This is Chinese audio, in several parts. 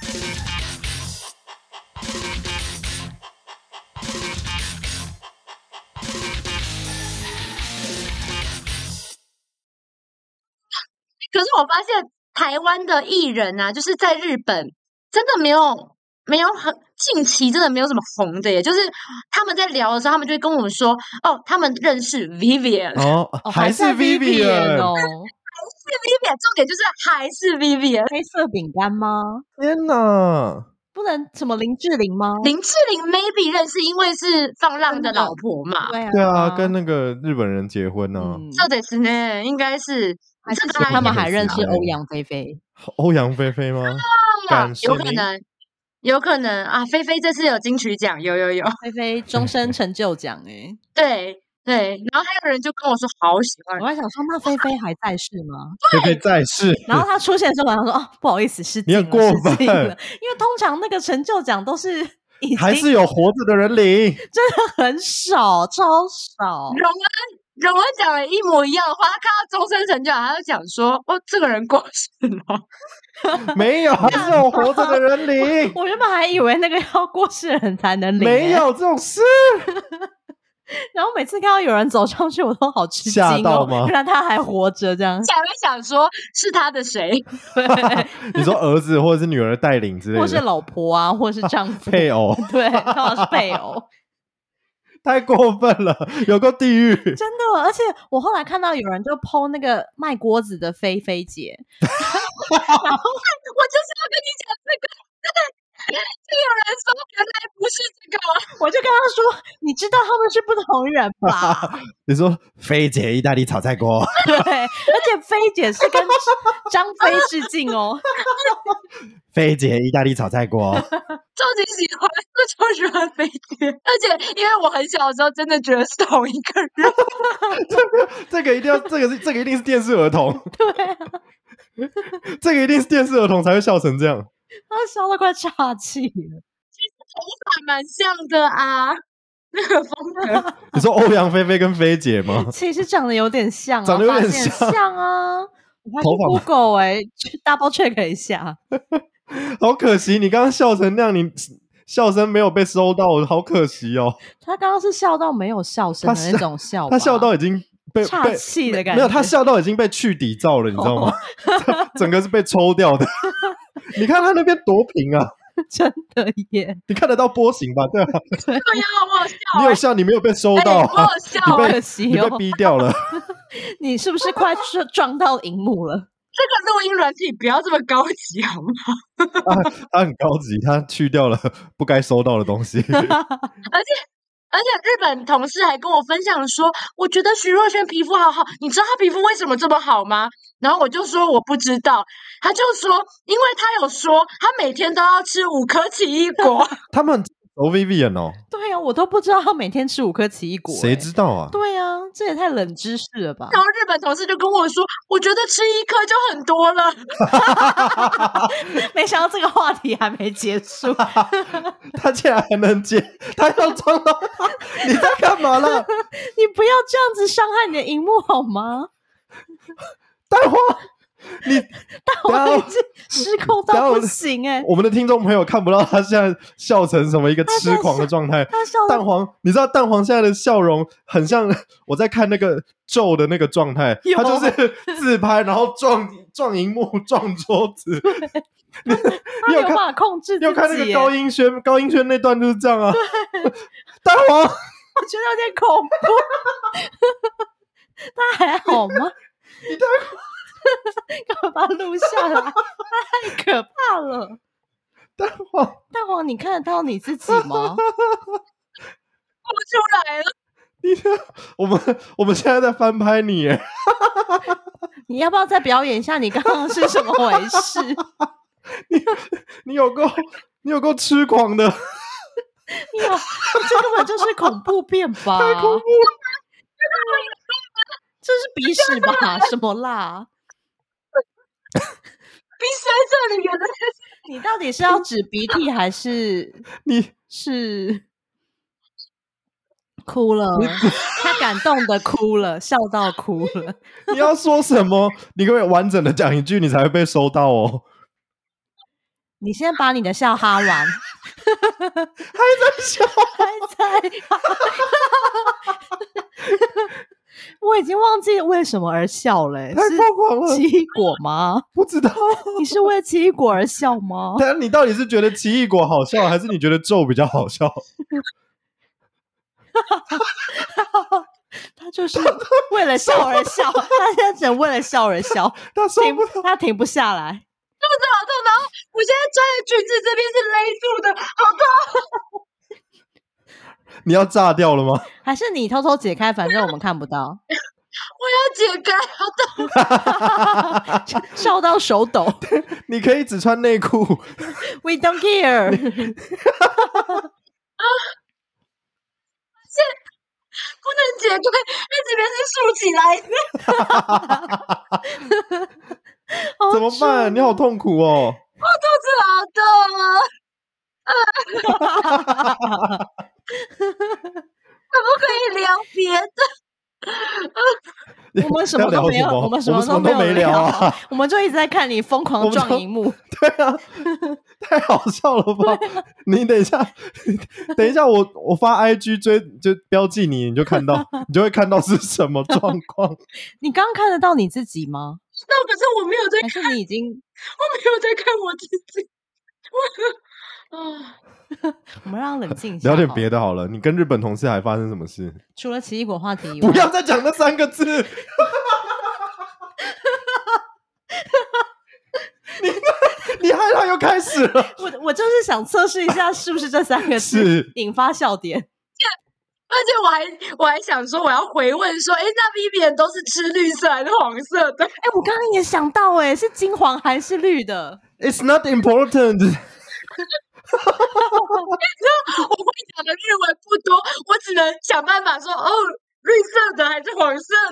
可是我发现台湾的艺人啊，就是在日本真的没有很近期真的没有什么红的耶，就是他们在聊的时候，他们就会跟我们说，哦，他们认识 Vivian， 还是 Vivian 哦，是 Vivian， 重点就是还是 Vivian。 黑色饼干吗？ 天哪！ 不能什么林志玲吗？ 林志玲 maybe 认识，因为是放浪的老婆嘛。 对啊，跟那个日本人结婚啊。 そうですね，应该是。 这个他们还认识欧阳菲菲？ 欧阳菲菲吗？ 有可能。有可能啊，菲菲这次有金曲奖，有， 菲菲终身成就奖对，然后还有人就跟我说好喜欢， 我还想说那菲菲还在世吗？ 菲菲在世， 然后他出现的时候，我想说哦，不好意思，失敬了， 你很过分， 因为通常那个成就奖都是还是有活着的人领， 真的很少，超少。 荣恩讲了一模一样的话，他看到终身成就奖，他就讲说：“哦，这个人过世了。” 没有，还是有活着的人领。 我原本还以为那个要过世的人才能领， 没有这种事。 然后每次看到有人走上去，我都好吃惊吓到吗？ 原来他还活着，这样想一想说是他的谁？ 你说儿子或者是女儿带领之类的， 或是老婆啊，或是丈夫、 配偶， 对，刚好是配偶。 太过分了，有够地狱，真的。而且我后来看到有人就 po 那个卖锅子的菲菲姐，然后我就是要跟你讲这个，就有人说原来不是这个， 我就跟他说，你知道他们是不同人吧？ 你说菲姐意大利炒菜锅， 对，而且菲姐是跟张菲致敬哦。 菲姐意大利炒菜锅， 超级喜欢，我超喜欢菲姐，而且因为我很小的时候真的觉得是同一个人。 这个一定要，这个一定是电视儿童， 对啊， 这个一定是电视儿童才会笑成这样， 他笑得快岔气了。 其实头发蛮像的啊，那个风格。 你说欧阳菲菲跟菲姐吗？ 其实长得有点像， 长得有点像啊。我去 Google 去 double check 一下。 好可惜，你刚刚笑成那样，你笑声没有被收到，好可惜哦。 他刚刚是笑到没有笑声的那种笑， 他笑到已经被岔气的感觉， 没有，他笑到已经被去底罩了，你知道吗？整个是被抽掉的。你看他那边多平啊！ 真的耶， 你看得到波形吧？对啊， 对呀，我有笑， 你有笑，你没有被收到啊！ 我有笑， 你被逼掉了。 你是不是快撞到荧幕了？ 这个录音软体不要这么高级好吗？ 他很高级，他去掉了不该收到的东西。 而且日本同事还跟我分享说，我觉得徐若瑄皮肤好好，你知道她皮肤为什么这么好吗？然后我就说我不知道，他就说，因为他有说他每天都要吃5颗奇异果。 他们熟 Vivian 哦， 对啊，我都不知道他每天吃5颗奇异果， 谁知道啊？ 对啊，这也太冷知识了吧！ 然后日本同事就跟我说，我觉得吃1颗就很多了。 没想到这个话题还没结束， 他竟然还能接，他要装到你在干嘛了？ 你不要这样子伤害你的荧幕好吗？ 蛋黄， 蛋黄已经失控到不行我们的听众朋友看不到他现在笑成什么一个痴狂的状态。蛋黄，你知道蛋黄现在的笑容很像我在看那个咒的那个状态，他就是自拍，然后撞荧幕、撞桌子。 你有办法控制自己？ 你有看那个高音轩那段就是这样啊。蛋黄， 我觉得有点恐怖。他还好吗？ 你太赶快把它录下来，太可怕了。 蛋黄， 你看得到你自己吗？ 我出来了。 我们现在在翻拍你耶。 你要不要再表演一下你刚刚是什么回事？ 你有够痴狂的。 这根本就是恐怖片吧？ 太恐怖了！ 这是鼻屎吧？什么啦？ 鼻屎在这里，原来你到底是要指鼻涕还是你是哭了？他感动的哭了，笑到哭了。 你要说什么？你可不可以完整的讲一句，你才会被收到哦？ 你先把你的笑哈完。 还在笑， 还在我已经忘记为什么而笑了、 太疯狂了！ 是奇异果吗？ 不知道， 你是为奇异果而笑吗？ 但你到底是觉得奇异果好笑，还是你觉得咒比较好笑？ 他就是为了笑而笑，他现在只能为了笑而笑，他停不下来。 肚子好痛，然后我现在穿的裙子这边是勒住的，好痛！ 你要炸掉了吗？ 还是你偷偷解开，反正我们看不到。 我要解开，好痛！ 笑到手抖。 你可以只穿内裤。 We don't care 。 不能解开，那这边是竖起来的。 怎么办？你好痛苦哦！ 我肚子好痛啊！可不可以聊别的？ 我们什么都没有，我们什么都没聊啊！我们就一直在看你疯狂撞荧幕。 对啊，太好笑了吧！你等一下，我发 IG 就标记你，你就看到，你就会看到是什么状况。 你刚刚看得到你自己吗？ 那可是我没有在看， 还是你已经？ 我没有在看我自己。 我们让他冷静一下， 聊点别的好了。你跟日本同事还发生什么事？ 除了奇异果话题以外， 不要再讲那3个字。你害他又开始了。 我就是想测试一下，是不是这3个字引发笑点。 而且我还想说，我要回问说，那 Vivian 都是吃绿色还是黄色的？ 我刚刚也想到，是金黄还是绿的 ？It's not important 。 我会讲的日文不多，我只能想办法说，绿色的还是黄色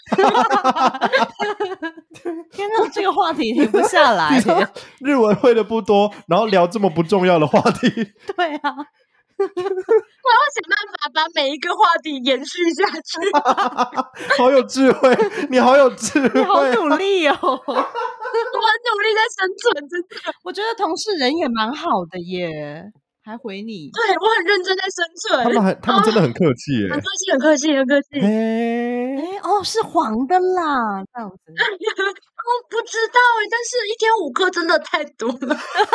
的？ 天哪，这个话题停不下来。 日文会的不多，然后聊这么不重要的话题。 对啊。 我要想办法把每一个话题延续下去。 好有智慧，你好有智慧， 你好努力哦！ 我很努力在生存，真的。 我觉得同事人也蛮好的耶，还回你。 对，我很认真在生存。 他们真的很客气耶， 很客气，很客气，很客气。 是黄的啦，这样子。 我不知道但是1天5颗真的太多了。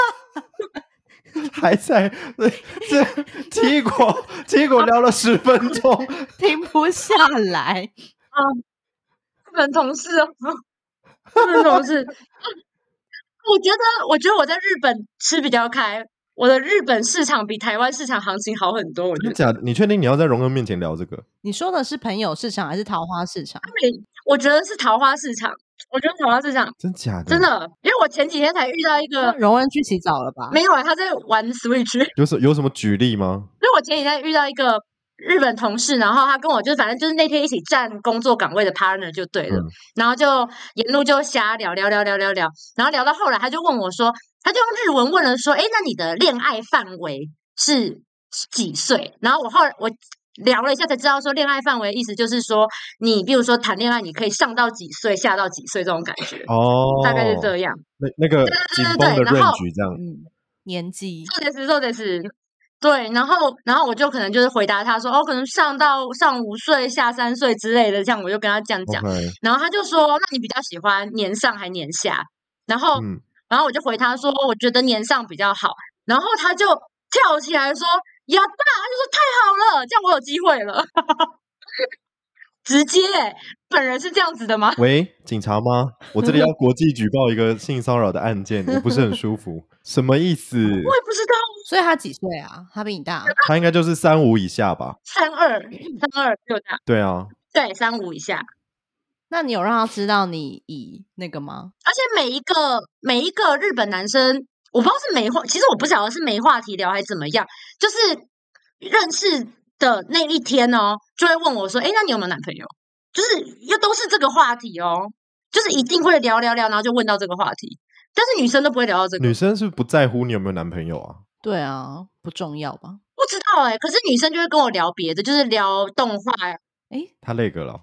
还在这奇异果聊了10分钟， 停不下来。 日本同事日本同事，我觉得我在日本吃比较开，我的日本市场比台湾市场行情好很多。我觉得假的，你确定你要在荣恩面前聊这个？ 你说的是朋友市场还是桃花市场？ 我觉得是桃花市场。我觉得桃花市场真假的？ 真的，因为我前几天才遇到一个荣恩去洗澡了吧？ 没有他在玩 Switch。 有什么举例吗？ 因为我前几天遇到一个日本同事，然后他跟我反正就是那天一起站工作岗位的 partner 就对了，然后就沿路就瞎聊，然后聊到后来他就问我说，他就用日文问了说，那你的恋爱范围是几岁？然后我聊了一下才知道说，恋爱范围意思就是说，你比如说谈恋爱，你可以上到几岁，下到几岁这种感觉大概是这样。 那个紧绷的 range 这样， 年纪。 そうです。对，然后我就可能就是回答他说，可能上5岁，下3岁之类的，这样我就跟他这样讲。然后他就说，那你比较喜欢年上还年下？然后我就回他说，我觉得年上比较好。然后他就跳起来说，呀大，他就说太好了，这样我有机会了。直接本人是这样子的吗？ 喂，警察吗？我这里要国际举报一个性骚扰的案件，我不是很舒服。什么意思？我也不知道。 所以他几岁啊？他比你大？ 他应该就是35以下吧 ？32比我大。 对啊， 对，35以下。 那你有让他知道你以那个吗？ 而且每一个日本男生，我不知道是其实我不晓得是没话题聊还是怎么样，就是认识的那一天就会问我说，那你有没有男朋友？就是又都是这个话题就是一定会聊，然后就问到这个话题。但是女生都不会聊到这个。 女生是不在乎你有没有男朋友啊？ 对啊，不重要吧？ 不知道可是女生就会跟我聊别的，就是聊动画。 他那个了。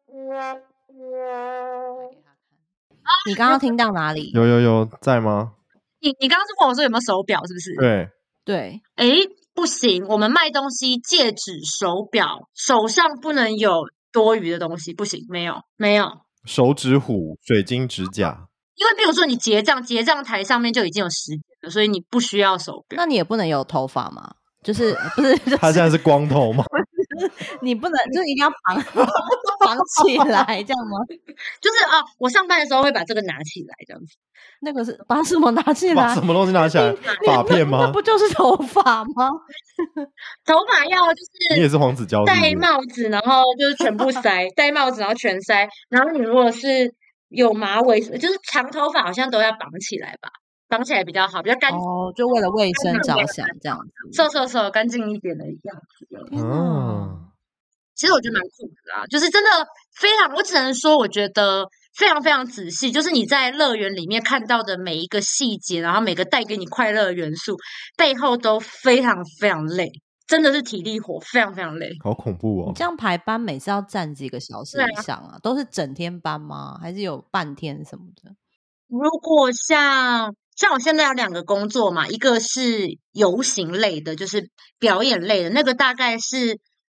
你刚刚听到哪里？ 有在吗？ 你刚刚是问我说有没有手表，是不是？ 对， 对， 诶，不行，我们卖东西，戒指、手表，手上不能有多余的东西，不行，没有。 手指虎、水晶指甲， 因为比如说你结账台上面就已经有时间了，所以你不需要手表。 那你也不能有头发嘛？就是不是？ 他现在是光头吗？ 你不能，就是一定要绑起来，这样吗？ 就是我上班的时候会把这个拿起来，这样子。 那个是把什么拿起来？ 把什么东西拿起来？发片吗？ 那不就是头发吗？ 头发要就是你也是黄子佼是不戴是？ 帽子，然后就是全部塞，戴帽子然后全塞。然后你如果是有马尾，就是长头发，好像都要绑起来吧，绑起来比较好，比较干净。 哦，就为了卫生着想，这样子。 瘦干净一点的样子。 天哪！ 嗯， 其实我觉得蛮酷的啦，就是真的非常，我只能说，我觉得非常非常仔细，就是你在乐园里面看到的每一个细节，然后每个带给你快乐的元素，背后都非常非常累，真的是体力活，非常非常累。 好恐怖哦！ 你这样排班每次要站几个小时以上啊？都是整天班吗？还是有半天什么的？ 如果像我现在有2个工作嘛，一个是游行类的，就是表演类的，那个大概是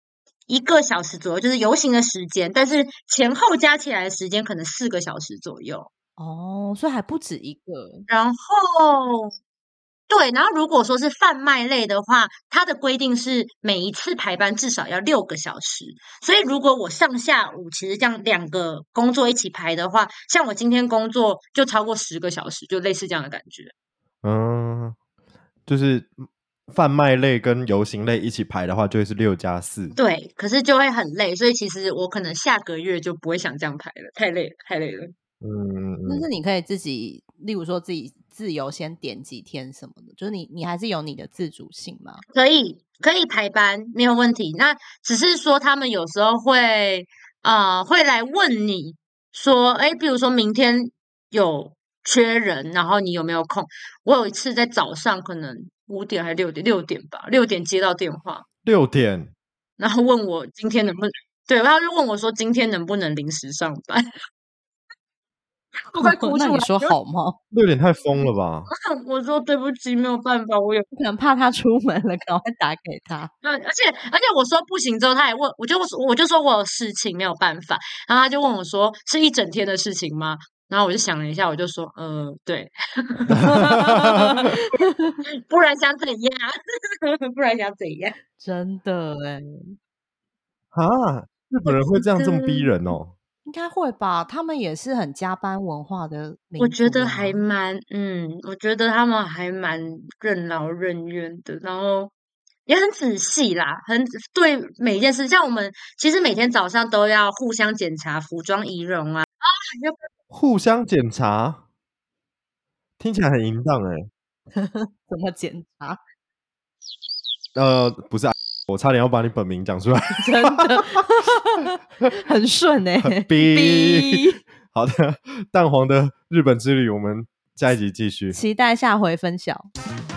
1个小时左右，就是游行的时间，但是前后加起来的时间可能4个小时左右。 哦，所以还不止一个。 然后对，然后如果说是贩卖类的话，它的规定是每一次排班至少要6个小时，所以如果我上下午其实这样2个工作一起排的话，像我今天工作就超过10个小时，就类似这样的感觉。 嗯，就是贩卖类跟游行类一起排的话，就会是6+4。 对，可是就会很累，所以其实我可能下个月就不会想这样排了，太累了，太累了。 但是你可以自己，例如说自己自由先点几天什么的，就是你还是有你的自主性吗？ 可以排班，没有问题。那只是说他们有时候会来问你说，比如说明天有缺人，然后你有没有空？我有一次在早上可能5点还是6点吧，6点接到电话 ，6点， 然后问我今天能不能，对，然后就问我说今天能不能临时上班。我快哭出来那你说好吗？ 6点太疯了吧？ 我说对不起，没有办法，我有可能怕他出门了，赶快打给他。 而且我说不行之后，他还问，我就说我有事情没有办法，然后他就问我说是一整天的事情吗？然后我就想了一下，我就说对，不然想怎样？不然想怎样？ 真的哎， 啊，日本人会这样这么逼人哦？ 应该会吧？他们也是很加班文化的民族我觉得啊还蛮我觉得他们还蛮任劳任怨的，然后也很仔细啦，对每一件事，像我们其实每天早上都要互相检查服装仪容啊， 互相检查，听起来很淫荡哎。 怎么检查？ 不是，我差点要把你本名讲出来。 真的很顺哎、欸， 逼好的，蛋黄的日本之旅，我们下一集继续。 期待下回分晓。